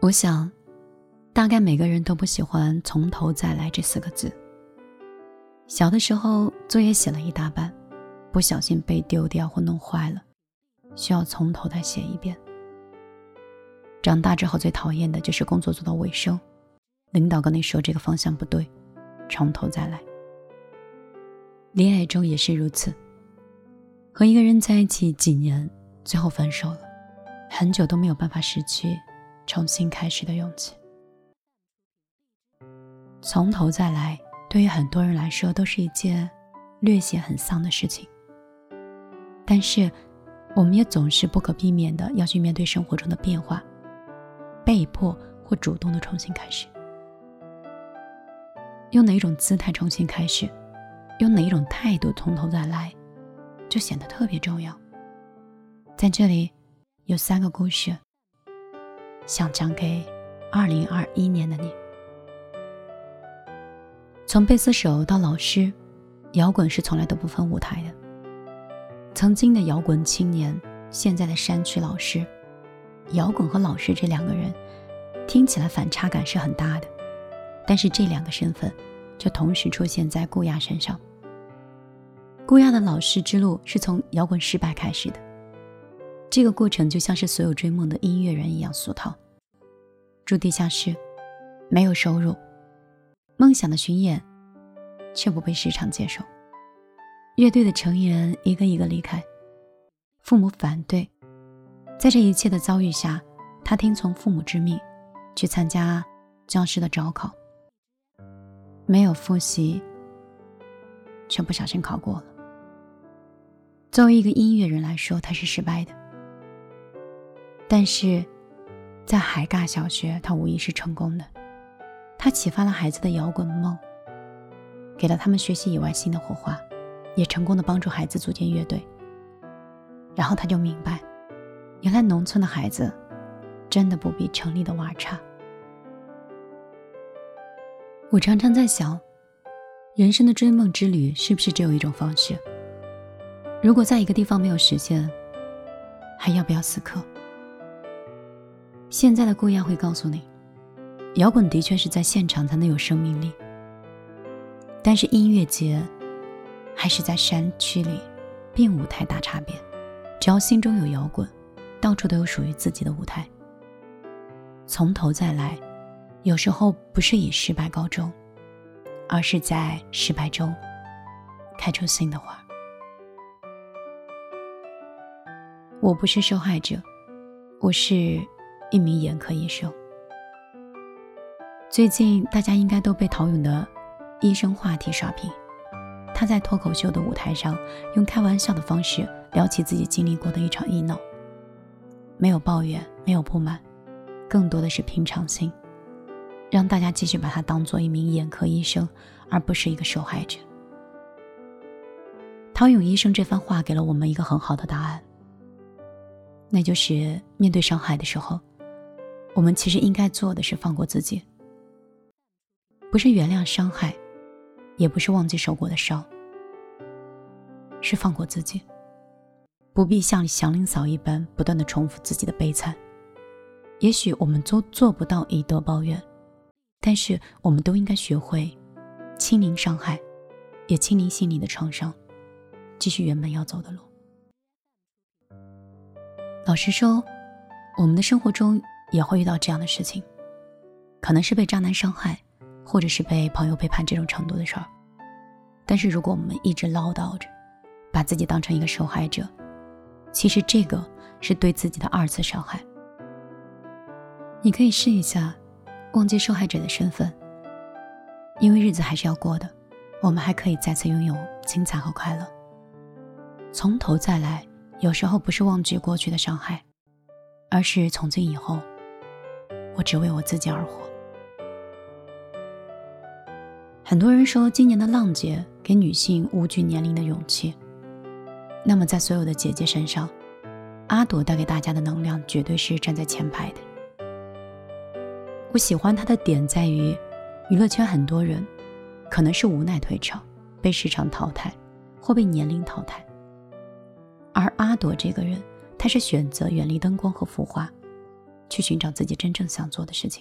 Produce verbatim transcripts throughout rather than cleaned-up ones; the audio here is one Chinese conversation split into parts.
我想大概每个人都不喜欢从头再来这四个字。小的时候作业写了一大半，不小心被丢掉或弄坏了，需要从头再写一遍。长大之后最讨厌的就是工作做到尾声，领导跟你说这个方向不对，从头再来。恋爱中也是如此，和一个人在一起几年，最后分手了，很久都没有办法失去重新开始的勇气。从头再来对于很多人来说都是一件略显很丧的事情，但是我们也总是不可避免的要去面对生活中的变化，被迫或主动的重新开始。用哪一种姿态重新开始，用哪一种态度从头再来，就显得特别重要。在这里有三个故事想讲给二零二一年的你。从贝斯手到老师，摇滚是从来都不分舞台的。曾经的摇滚青年，现在的山区老师，摇滚和老师这两个人听起来反差感是很大的，但是这两个身份就同时出现在顾亚身上。顾亚的老师之路是从摇滚失败开始的，这个过程就像是所有追梦的音乐人一样俗套。住地下室，没有收入，梦想的巡演却不被市场接受，乐队的成员一个一个离开，父母反对。在这一切的遭遇下，他听从父母之命去参加教师的招考，没有复习，却不小心考过了。作为一个音乐人来说，他是失败的，但是在海尬小学，他无疑是成功的。他启发了孩子的摇滚梦，给了他们学习以外新的火花，也成功的帮助孩子组建乐队。然后他就明白，原来农村的孩子真的不比城里的娃差。我常常在想，人生的追梦之旅是不是只有一种方式？如果在一个地方没有实现，还要不要死磕？现在的顾亚会告诉你，摇滚的确是在现场才能有生命力，但是音乐节还是在山区里，并无太大差别。只要心中有摇滚，到处都有属于自己的舞台。从头再来，有时候不是以失败告终，而是在失败中开出新的花。我不是受害者，我是一名眼科医生。最近大家应该都被陶勇的医生话题刷屏，他在脱口秀的舞台上用开玩笑的方式聊起自己经历过的一场医闹，没有抱怨，没有不满，更多的是平常心，让大家继续把他当作一名眼科医生，而不是一个受害者。陶勇医生这番话给了我们一个很好的答案，那就是面对伤害的时候，我们其实应该做的是放过自己，不是原谅伤害，也不是忘记受过的伤，是放过自己，不必像祥林嫂一般不断地重复自己的悲惨。也许我们都做不到以德报怨，但是我们都应该学会清零伤害，也清零心理的创伤，继续原本要走的路。老实说，我们的生活中也会遇到这样的事情，可能是被渣男伤害，或者是被朋友背叛这种程度的事儿。但是如果我们一直唠叨着，把自己当成一个受害者，其实这个是对自己的二次伤害。你可以试一下忘记受害者的身份，因为日子还是要过的，我们还可以再次拥有精彩和快乐。从头再来，有时候不是忘记过去的伤害，而是从今以后，我只为我自己而活。很多人说今年的浪姐给女性无惧年龄的勇气，那么在所有的姐姐身上，阿朵带给大家的能量绝对是站在前排的。我喜欢她的点在于，娱乐圈很多人可能是无奈退场，被市场淘汰，或被年龄淘汰，而阿朵这个人，她是选择远离灯光和浮华， 去寻找自己真正想做的事情。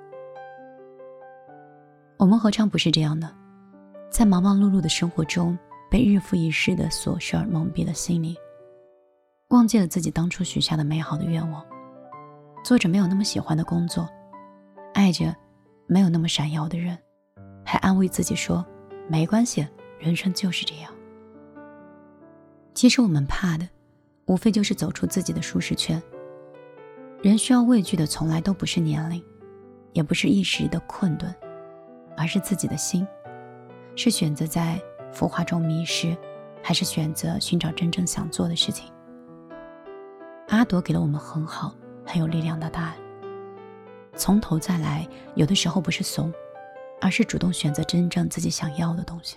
我们何尝不是这样呢？在忙忙碌碌的生活中，被日复一日的琐事儿蒙蔽了心灵，忘记了自己当初许下的美好的愿望，做着没有那么喜欢的工作，爱着没有那么闪耀的人，还安慰自己说没关系，人生就是这样。其实我们怕的无非就是走出自己的舒适圈。人需要畏惧的从来都不是年龄，也不是一时的困顿，而是自己的心，是选择在浮华中迷失，还是选择寻找真正想做的事情。阿朵给了我们很好很有力量的答案。从头再来，有的时候不是怂，而是主动选择真正自己想要的东西。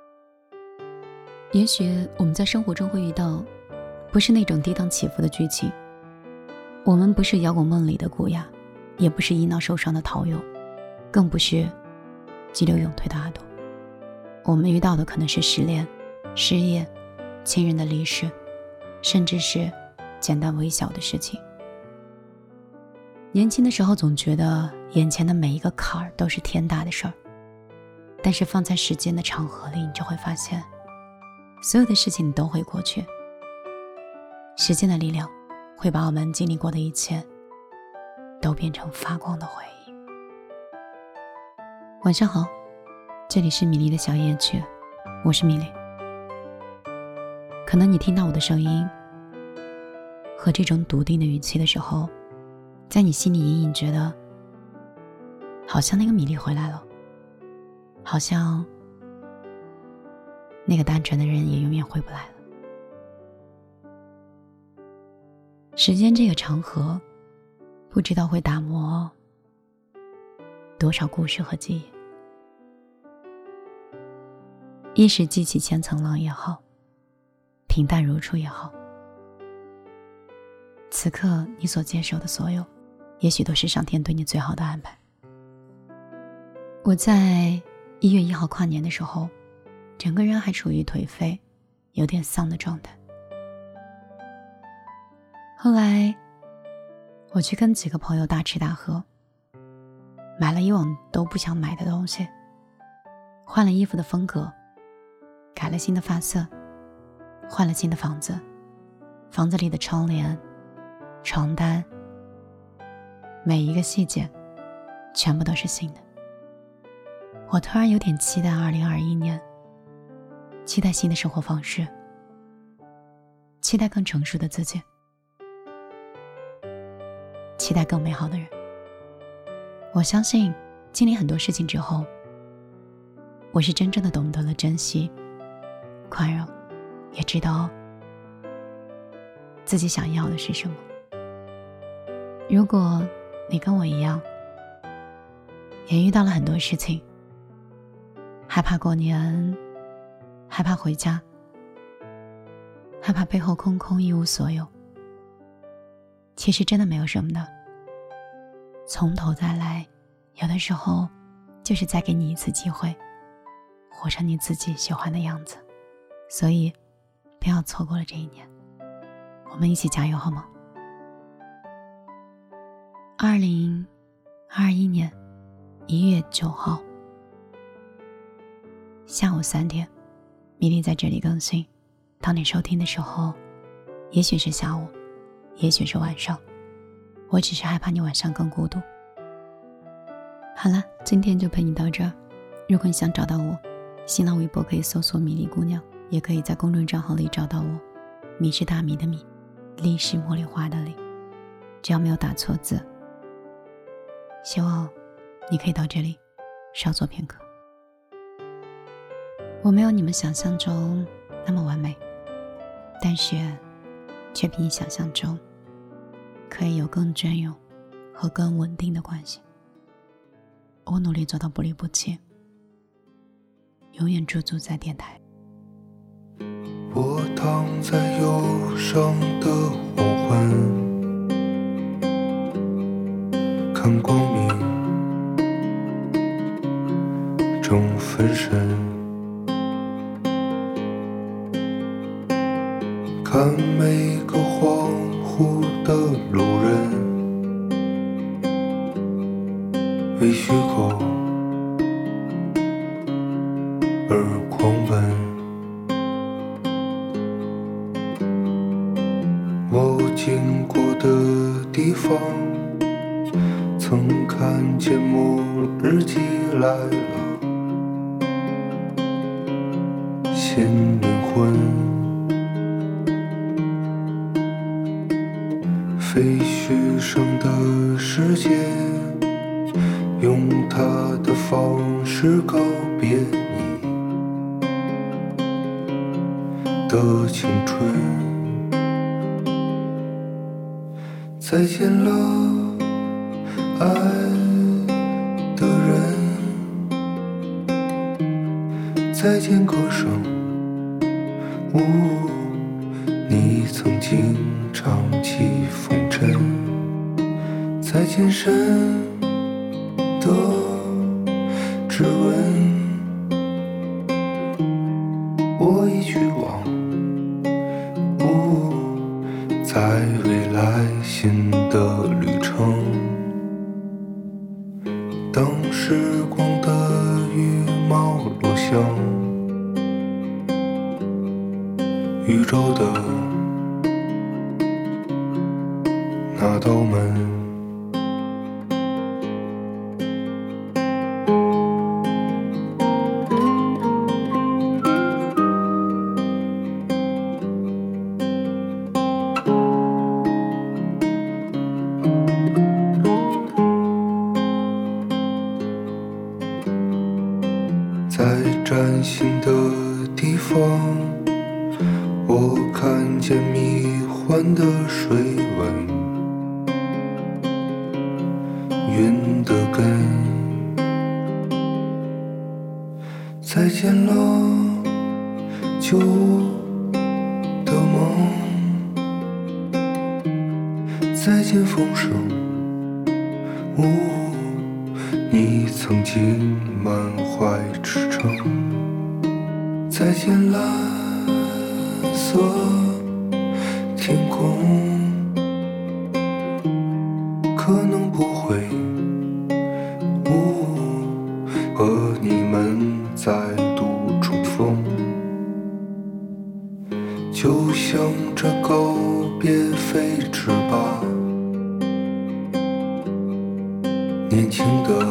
也许我们在生活中会遇到不是那种跌宕起伏的剧情，我们不是摇滚梦里的古雅，也不是医闹受伤的陶勇，更不是急流勇退的阿朵。我们遇到的可能是失恋、失业、亲人的离世，甚至是简单微小的事情。年轻的时候总觉得眼前的每一个坎儿都是天大的事儿，但是放在时间的长河里，你就会发现所有的事情都会过去。时间的力量会把我们经历过的一切都变成发光的回忆。晚上好，这里是米粒的小夜曲，我是米粒。可能你听到我的声音和这种笃定的语气的时候，在你心里隐隐觉得好像那个米粒回来了，好像那个单纯的人也永远回不来了。时间这个长河，不知道会打磨多少故事和记忆。一时激起千层浪也好，平淡如初也好，此刻你所接受的所有，也许都是上天对你最好的安排。我在一月一号跨年的时候，整个人还处于颓废有点丧的状态。后来我去跟几个朋友大吃大喝，买了以往都不想买的东西，换了衣服的风格，改了新的发色，换了新的房子，房子里的窗帘、床单，每一个细节全部都是新的。我突然有点期待二零二一年，期待新的生活方式，期待更成熟的自己，期待更美好的人。我相信经历很多事情之后，我是真正的懂得了珍惜、宽容，也知道自己想要的是什么。如果你跟我一样，也遇到了很多事情，害怕过年，害怕回家，害怕背后空空一无所有，其实真的没有什么的。从头再来，有的时候就是再给你一次机会，活成你自己喜欢的样子。所以不要错过了这一年，我们一起加油好吗？二零二一年一月九号下午三点，米粒在这里更新。当你收听的时候，也许是下午，也许是晚上，我只是害怕你晚上更孤独。好了，今天就陪你到这儿。如果你想找到我，新浪微博可以搜索米粒姑娘，也可以在公众账号里找到我。米是大米的米，粒是茉莉花的粒，只要没有打错字。希望你可以到这里稍作片刻。我没有你们想象中那么完美，但是却比你想象中可以有更隽永和更稳定的关系。我努力做到不离不弃，永远驻足在电台。 我躺在忧伤的黄昏，看光明中分身，看每个恍惚的路人， 我经过的地方，曾看见末日季来了，先灵魂废墟上的世界，用他的方式告别你的青春。再见了，爱的人，再见歌声，呜，你曾经唱起风尘。再见深的指纹，我已去往，呜，在未来新的旅程。当时光的羽毛落向宇宙的那道门，在崭新的地方，我看见迷幻的水纹，云的根。再见了，旧的梦，再见风声，呜，你曾经满怀赤诚。再见蓝色天空，可能不会，呜，和你们再度重逢。就像这告别飞翅吧，年轻的